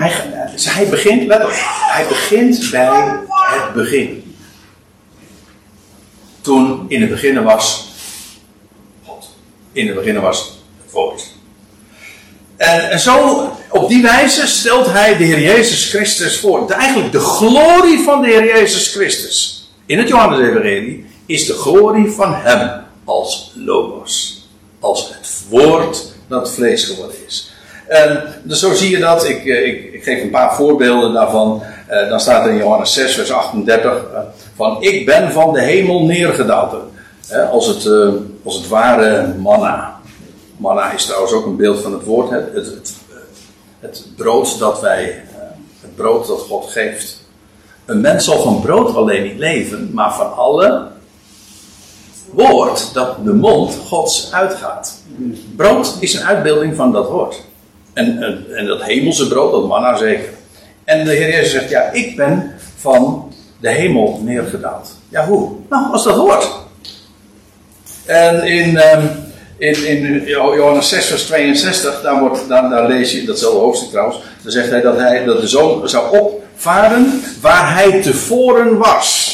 bij het begin. Toen in het begin was God. In het begin was het woord. En zo, op die wijze stelt hij de Heer Jezus Christus voor. Eigenlijk de glorie van de Heer Jezus Christus. In het Johannes-evangelie is de glorie van hem als Logos. Als het woord dat vlees geworden is. Dus zo zie je dat. Ik geef een paar voorbeelden daarvan. Dan staat er in Johannes 6 vers 38. Van ik ben van de hemel neergedaald. Als het ware manna. Manna is trouwens ook een beeld van het woord. Het brood het brood dat God geeft. Een mens zal van brood alleen niet leven, maar van alle woord dat de mond Gods uitgaat. Brood is een uitbeelding van dat woord. En dat hemelse brood, dat manna zeker. En de Heer Jezus zegt, ja, ik ben van de hemel neergedaald. Ja, hoe? Nou, als dat woord. En in Johannes 6 vers 62, daar lees je, datzelfde hoofdstuk trouwens, dan zegt hij dat de zoon zou opvaren waar hij tevoren was.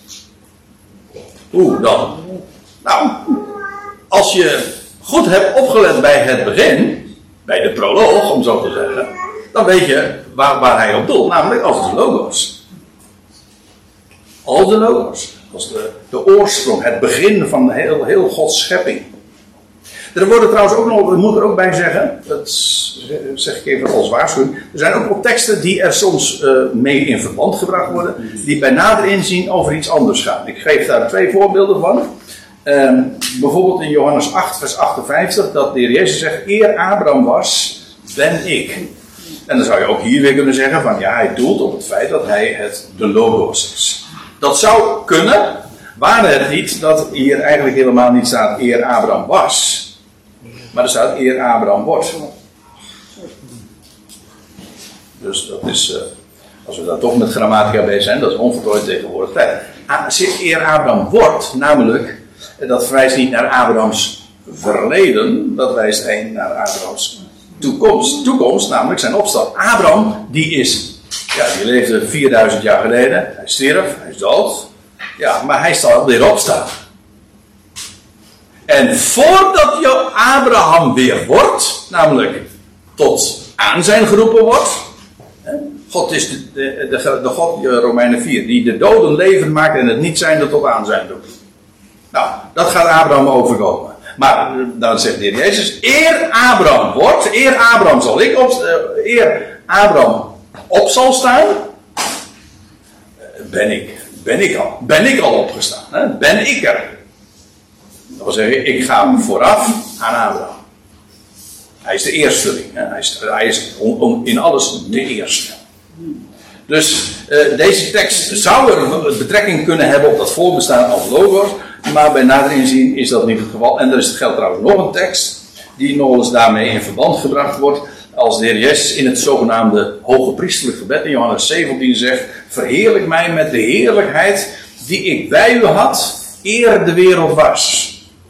Hoe dan? Nou, als je goed hebt opgelet bij het begin, bij de proloog, om zo te zeggen, dan weet je waar hij op doelt, namelijk als de Logos. Als de Logos. Als de oorsprong, het begin van heel Gods schepping. Er worden trouwens ook nog, ik moet er ook bij zeggen, dat zeg ik even als waarschuwing, er zijn ook wel teksten die er soms mee in verband gebracht worden, die bij nader inzien over iets anders gaan. Ik geef daar 2 voorbeelden van. Bijvoorbeeld in Johannes 8 vers 58, dat de Heer Jezus zegt, eer Abraham was, ben ik. En dan zou je ook hier weer kunnen zeggen van, ja, hij doelt op het feit dat hij de Logos is. Dat zou kunnen, waren het niet dat hier eigenlijk helemaal niet staat, eer Abraham was. Maar er staat eer Abraham wordt. Dus dat is, als we daar toch met grammatica bezig zijn, dat is onvoltooid tegenwoordig tijd. Eer Abraham wordt, namelijk, dat verwijst niet naar Abrahams verleden, dat wijst naar Abrahams toekomst. Toekomst, namelijk zijn opstand. Abraham, die leefde 4000 jaar geleden, hij stierf, hij is dood. Ja, maar hij zal weer opstaan. En voordat je Abraham weer wordt, namelijk tot aanzijn geroepen wordt. God is de God, Romeinen 4, die de doden levend maakt en het niet zijnde tot aanzijn doet. Nou, dat gaat Abraham overkomen. Maar dan zegt de Heer Jezus, eer Abraham wordt, eer Abraham op zal staan, ben ik al opgestaan. Hè? Ben ik er. Dat wil zeggen, ik ga vooraf aan Abraham. Hij is de eersteling. Hij is in alles de eerste. Dus Deze tekst zou er betrekking kunnen hebben op dat voorbestaan als logos, maar bij nader inzien is dat niet het geval. En er geldt trouwens nog een tekst die nog eens daarmee in verband gebracht wordt, als de Heer Jezus in het zogenaamde hoge priesterlijk gebed in Johannes 17 zegt: verheerlijk mij met de heerlijkheid die ik bij u had, eer de wereld was.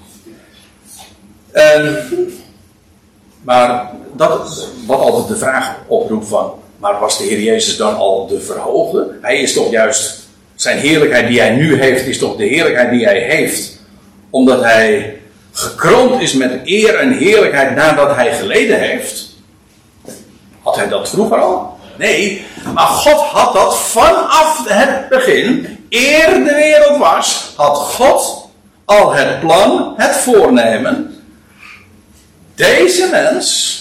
Maar dat is wat altijd de vraag oproept van, maar was de Heer Jezus dan al de verhoogde? Hij is toch juist, zijn heerlijkheid die hij nu heeft, is toch de heerlijkheid die hij heeft, omdat hij gekroond is met eer en heerlijkheid nadat hij geleden heeft? Had hij dat vroeger al? Nee, maar God had dat vanaf het begin, eer de wereld was, had God al het plan, het voornemen. Deze mens,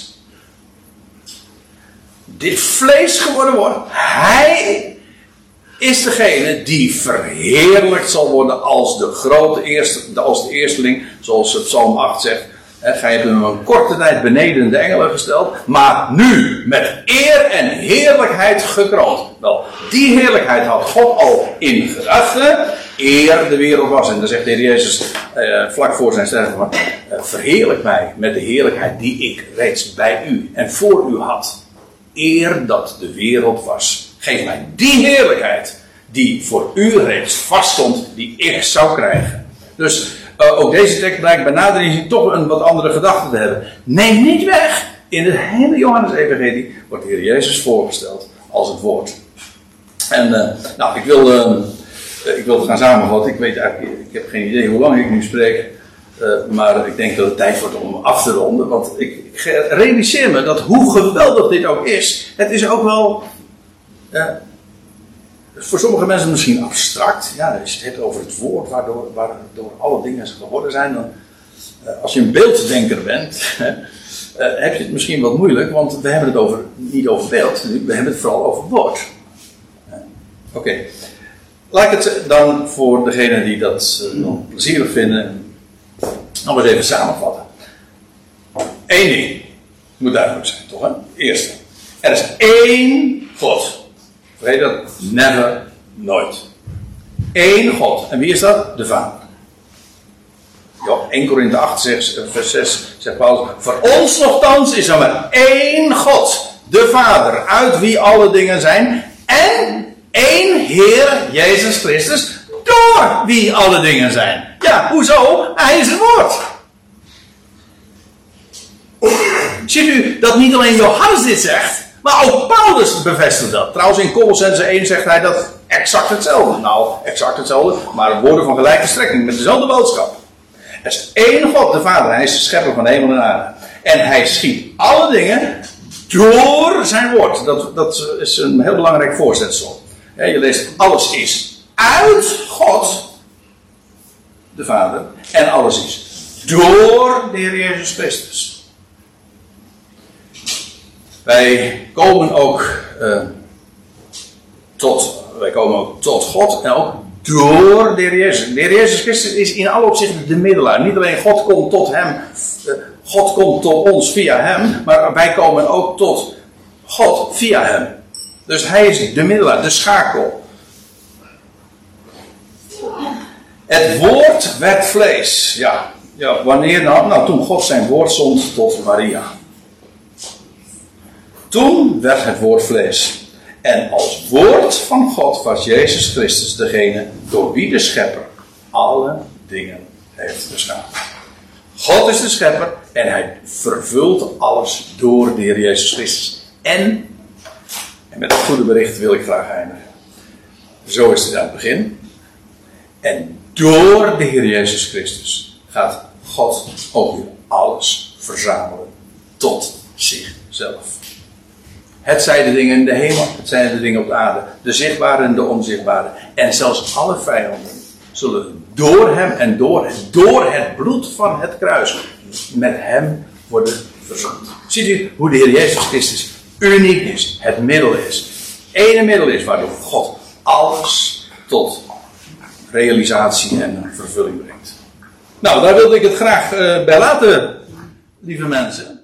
dit vlees geworden wordt, hij is degene die verheerlijkt zal worden als de eersteling, zoals het Psalm 8 zegt. Gij hebt hem een korte tijd beneden de engelen gesteld, maar nu met eer en heerlijkheid gekroond. Wel, die heerlijkheid had God al in gedachten, eer de wereld was. En dan zegt de Heer Jezus vlak voor zijn sterven van, verheerlijk mij met de heerlijkheid die ik reeds bij u en voor u had, eer dat de wereld was. Geef mij die heerlijkheid die voor u reeds vaststond, die ik zou krijgen. Dus ook deze tekst blijkt bij nader inzien toch een wat andere gedachte te hebben. Neem niet weg. In het hele Johannes-evangelie wordt de Heer Jezus voorgesteld als het woord. En ik wil het gaan samenvatten. Ik weet eigenlijk, ik heb geen idee hoe lang ik nu spreek. Maar ik denk dat het tijd wordt om af te ronden. Want ik realiseer me dat hoe geweldig dit ook is. Het is ook wel voor sommige mensen misschien abstract. Ja, als je het hebt over het woord waardoor alle dingen geworden zijn. Dan, als je een beelddenker bent, heb je het misschien wat moeilijk. Want we hebben het niet over beeld. We hebben het vooral over woord. Oké. Laat ik het dan voor degenen die dat nog plezierig vinden, nog eens even samenvatten. Eén ding moet duidelijk zijn, toch? Hè? Eerste. Er is één God. Vergeet dat? Never, nooit. Eén God. En wie is dat? De Vader. Ja, 1 Korinthe 8 vers 6 zegt Paulus: voor ons nochtans is er maar één God, de Vader, uit wie alle dingen zijn, en één Heer Jezus Christus, door wie alle dingen zijn. Ja, hoezo? Hij is het woord. Ziet u dat niet alleen Johannes dit zegt, maar ook Paulus bevestigt dat. Trouwens, in Kolossenzen 1 zegt hij dat exact hetzelfde. Nou, exact hetzelfde, maar woorden van gelijke strekking, met dezelfde boodschap. Er is één God, de Vader. Hij is de schepper van hemel en aarde. En hij schiet alle dingen door zijn woord. Dat is een heel belangrijk voorzetsel. Je leest, alles is uit God, de Vader. En alles is door de Heer Jezus Christus. Wij komen ook tot God en ook door de Heer Jezus. De Heer Jezus Christus is in alle opzichten de middelaar. Niet alleen God komt tot hem, God komt tot ons via hem, maar wij komen ook tot God via hem. Dus hij is de middelaar, de schakel. Het woord werd vlees. Ja, wanneer nou? Nou, toen God zijn woord zond tot Maria. Toen werd het woord vlees. En als woord van God was Jezus Christus degene door wie de schepper alle dingen heeft geschapen. God is de schepper en hij vervult alles door de Heer Jezus Christus. En met het goede bericht wil ik graag eindigen. Zo is het aan het begin. En door de Heer Jezus Christus gaat God ook weer alles verzamelen tot zichzelf. Het zijn de dingen in de hemel, het zijn de dingen op de aarde, de zichtbare en de onzichtbare. En zelfs alle vijanden zullen door hem en door het bloed van het kruis met hem worden verzoend. Ziet u hoe de Heer Jezus Christus uniek is, het middel is. Ene middel is waardoor God alles tot realisatie en vervulling brengt. Nou, daar wilde ik het graag bij laten, lieve mensen.